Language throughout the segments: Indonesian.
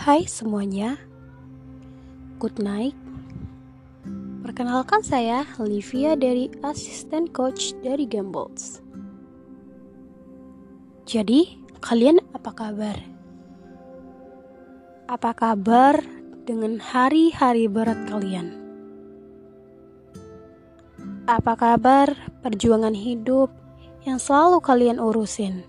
Hai semuanya, good night. Perkenalkan saya Livia dari asisten coach dari Gambles. Jadi, kalian apa kabar? Apa kabar dengan hari-hari berat kalian? Apa kabar perjuangan hidup yang selalu kalian urusin?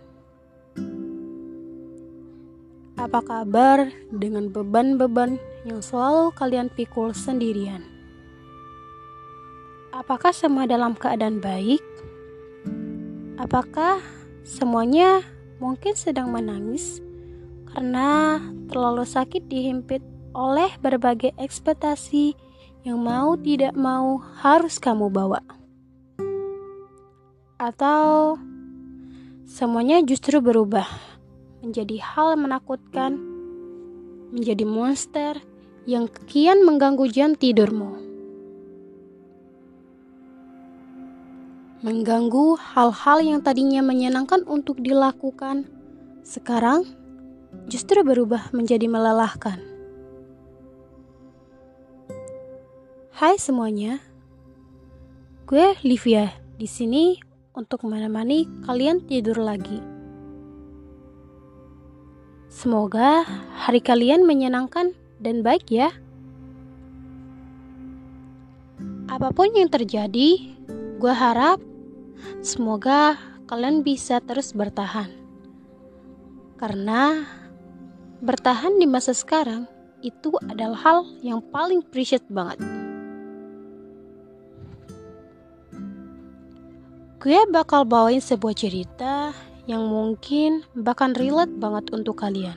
Apa kabar dengan beban-beban yang selalu kalian pikul sendirian? Apakah semua dalam keadaan baik? Apakah semuanya mungkin sedang menangis karena terlalu sakit dihimpit oleh berbagai ekspektasi yang mau tidak mau harus kamu bawa? Atau semuanya justru berubah menjadi hal yang menakutkan, menjadi monster yang kian mengganggu jam tidurmu, mengganggu hal-hal yang tadinya menyenangkan untuk dilakukan, sekarang justru berubah menjadi melelahkan. Hai semuanya, gue Livia di sini untuk menemani kalian tidur lagi. Semoga hari kalian menyenangkan dan baik ya. Apapun yang terjadi, gue harap semoga kalian bisa terus bertahan. Karena bertahan di masa sekarang itu adalah hal yang paling precious banget. Gue bakal bawain sebuah cerita yang mungkin bahkan relate banget untuk kalian.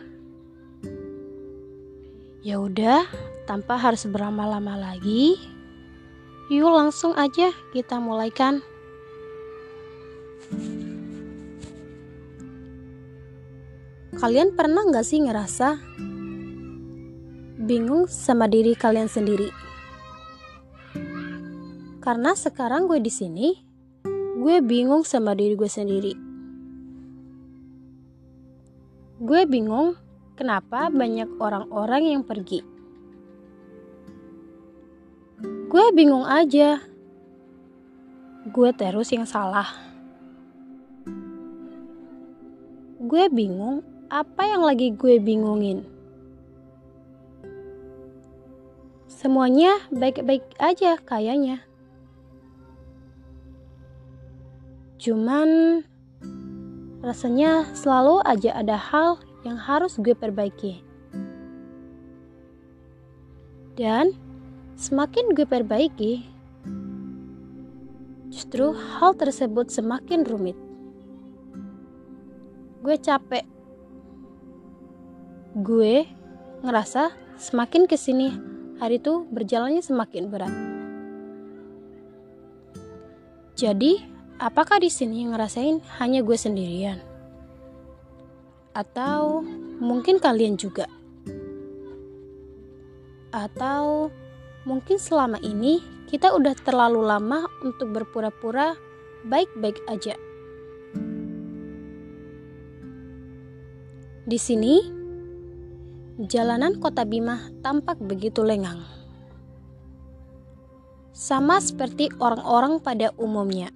Ya udah, tanpa harus berlama-lama lagi, yuk langsung aja kita mulaikan. Kalian pernah gak sih ngerasa bingung sama diri kalian sendiri? Karena sekarang gue di sini, gue bingung sama diri gue sendiri. Gue bingung kenapa banyak orang-orang yang pergi. Gue bingung aja. Gue terus yang salah. Gue bingung apa yang lagi gue bingungin. Semuanya baik-baik aja kayaknya. Cuman rasanya selalu aja ada hal yang harus gue perbaiki. Dan semakin gue perbaiki, justru hal tersebut semakin rumit. Gue capek. Gue ngerasa semakin kesini hari itu berjalannya semakin berat. Jadi apakah di sini ngerasain hanya gue sendirian? Atau mungkin kalian juga? Atau mungkin selama ini kita udah terlalu lama untuk berpura-pura baik-baik aja. Di sini, jalanan Kota Bima tampak begitu lengang. Sama seperti orang-orang pada umumnya.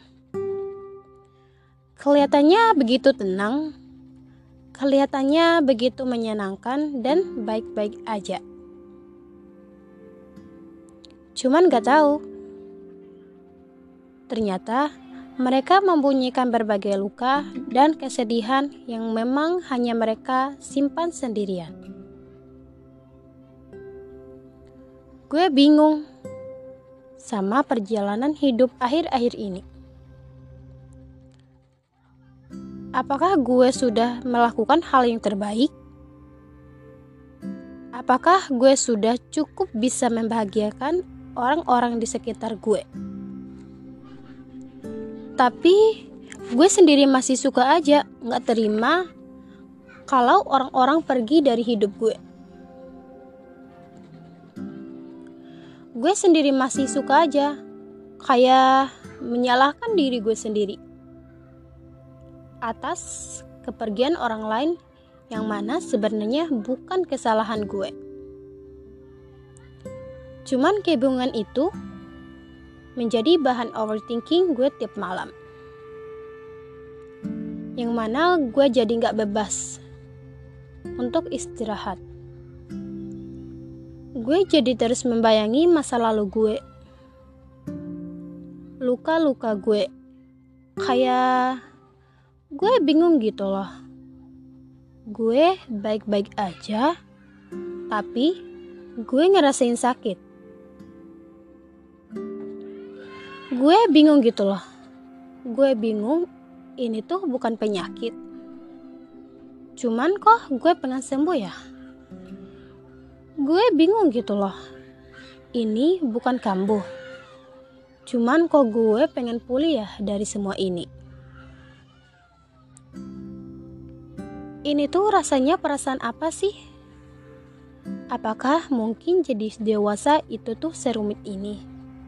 Kelihatannya begitu tenang, kelihatannya begitu menyenangkan dan baik-baik aja. Cuman gak tahu, ternyata mereka membunyikan berbagai luka dan kesedihan yang memang hanya mereka simpan sendirian. Gue bingung sama perjalanan hidup akhir-akhir ini. Apakah gue sudah melakukan hal yang terbaik? Apakah gue sudah cukup bisa membahagiakan orang-orang di sekitar gue? Tapi gue sendiri masih suka aja gak terima kalau orang-orang pergi dari hidup gue. Gue sendiri masih suka aja kayak menyalahkan diri gue sendiri atas kepergian orang lain yang mana sebenarnya bukan kesalahan gue. Cuman kebingungan itu menjadi bahan overthinking gue tiap malam. Yang mana gue jadi gak bebas untuk istirahat. Gue jadi terus membayangi masa lalu gue. Luka-luka gue. Kayak gue bingung gitu loh. Gue baik-baik aja, tapi gue ngerasain sakit. Gue bingung gitu loh. Gue bingung ini tuh bukan penyakit. Cuman kok gue pengen sembuh ya? Gue bingung gitu loh. Ini bukan kambuh. Cuman kok gue pengen pulih ya dari semua ini. Ini tuh rasanya perasaan apa sih? Apakah mungkin jadi dewasa itu tuh serumit ini?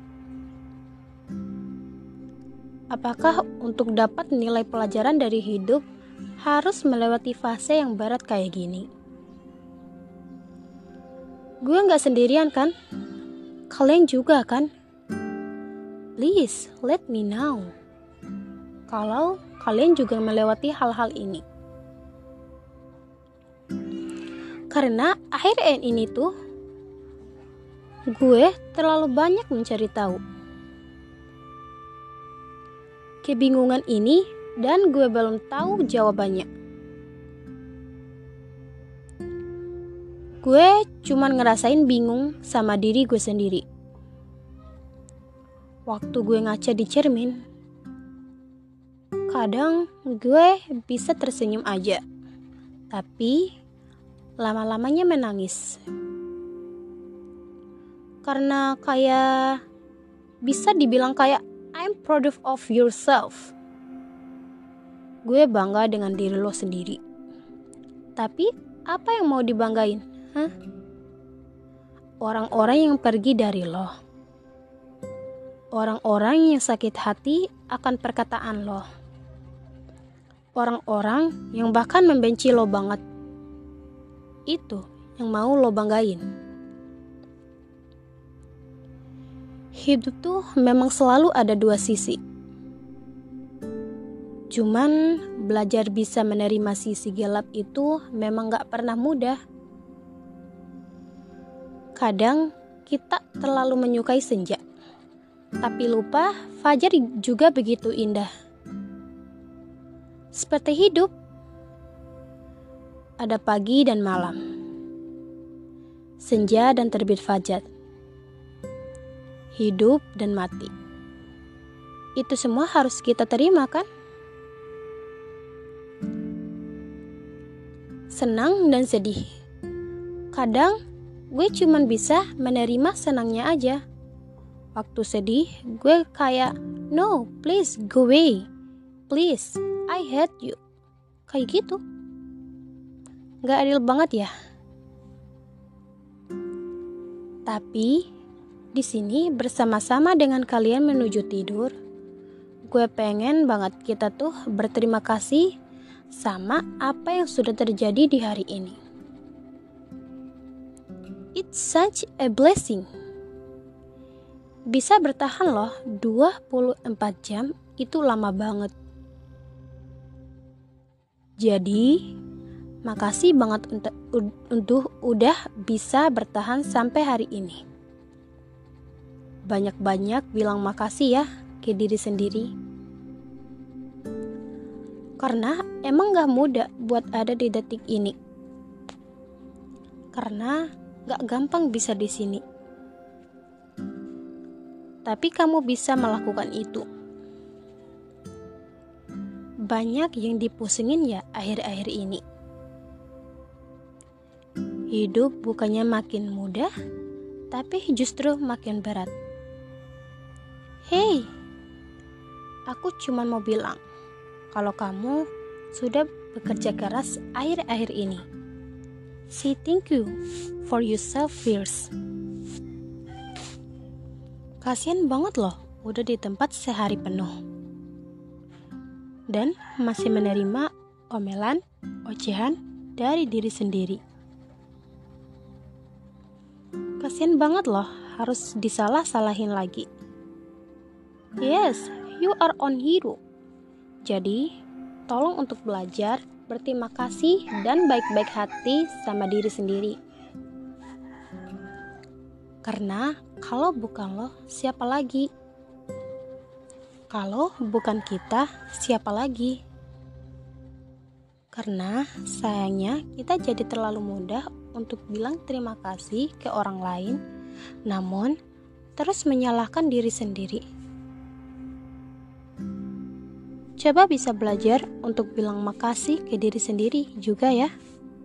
Apakah untuk dapat nilai pelajaran dari hidup harus melewati fase yang berat kayak gini? Gue gak sendirian kan? Kalian juga kan? Please let me know kalau kalian juga melewati hal-hal ini. Karena akhir ini tuh gue terlalu banyak mencari tahu. Kebingungan ini dan gue belum tahu jawabannya. Gue cuman ngerasain bingung sama diri gue sendiri. Waktu gue ngaca di cermin, kadang gue bisa tersenyum aja, tapi lama-lamanya menangis. Karena kayak bisa dibilang kayak I'm proud of yourself. Gue bangga dengan diri lo sendiri. Tapi apa yang mau dibanggain? Orang-orang yang pergi dari lo. Orang-orang yang sakit hati akan perkataan lo. Orang-orang yang bahkan membenci lo banget. Itu yang mau lo banggain. Hidup tuh memang selalu ada dua sisi. Cuman belajar bisa menerima sisi gelap itu memang gak pernah mudah. Kadang kita terlalu menyukai senja, tapi lupa fajar juga begitu indah. Seperti hidup, ada pagi dan malam, senja dan terbit fajar, hidup dan mati. Itu semua harus kita terima kan? Senang dan sedih. Kadang gue cuman bisa menerima senangnya aja. Waktu sedih, gue kayak, no, please go away. Please, I hate you. Kayak gitu. Gak adil banget ya. Tapi di sini bersama-sama dengan kalian menuju tidur, gue pengen banget kita tuh berterima kasih sama apa yang sudah terjadi di hari ini. It's such a blessing. Bisa bertahan loh 24 jam itu lama banget. Jadi, makasih banget untuk udah bisa bertahan sampai hari ini. Banyak-banyak bilang makasih ya ke diri sendiri. Karena emang gak mudah buat ada di detik ini. Karena gak gampang bisa di sini. Tapi kamu bisa melakukan itu. Banyak yang dipusingin ya akhir-akhir ini. Hidup bukannya makin mudah, tapi justru makin berat. Hey, aku cuma mau bilang, kalau kamu sudah bekerja keras akhir-akhir ini. Say thank you for yourself first. Kasian banget loh, udah di tempat sehari penuh. Dan masih menerima omelan, ocehan, dari diri sendiri. Kasian banget loh harus disalah-salahin lagi. Yes, you are on hero. Jadi, tolong untuk belajar, berterima kasih, dan baik-baik hati sama diri sendiri. Karena kalau bukan lo, siapa lagi? Kalau bukan kita, siapa lagi? Karena sayangnya kita jadi terlalu mudah untuk bilang terima kasih ke orang lain, namun terus menyalahkan diri sendiri. Coba bisa belajar untuk bilang makasih ke diri sendiri juga ya.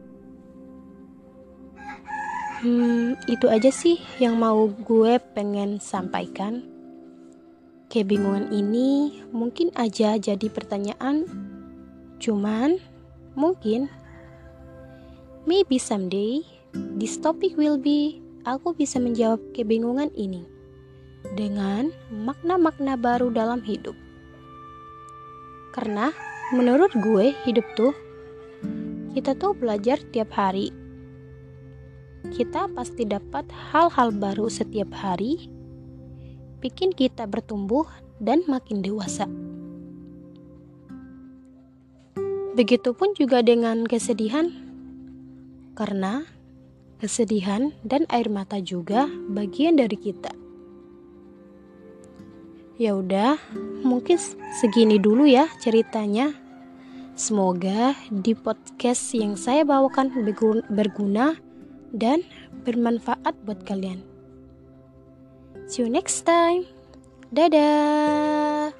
Itu aja sih yang mau gue pengen sampaikan. Kebingungan ini mungkin aja jadi pertanyaan, cuman mungkin maybe someday this topic will be aku bisa menjawab kebingungan ini dengan makna-makna baru dalam hidup. Karena menurut gue hidup tuh kita tuh belajar tiap hari. Kita pasti dapat hal-hal baru setiap hari, bikin kita bertumbuh dan makin dewasa. Begitupun juga dengan kesedihan, karena kesedihan dan air mata juga bagian dari kita. Ya udah, mungkin segini dulu ya ceritanya. Semoga di podcast yang saya bawakan berguna dan bermanfaat buat kalian. See you next time. Dadah.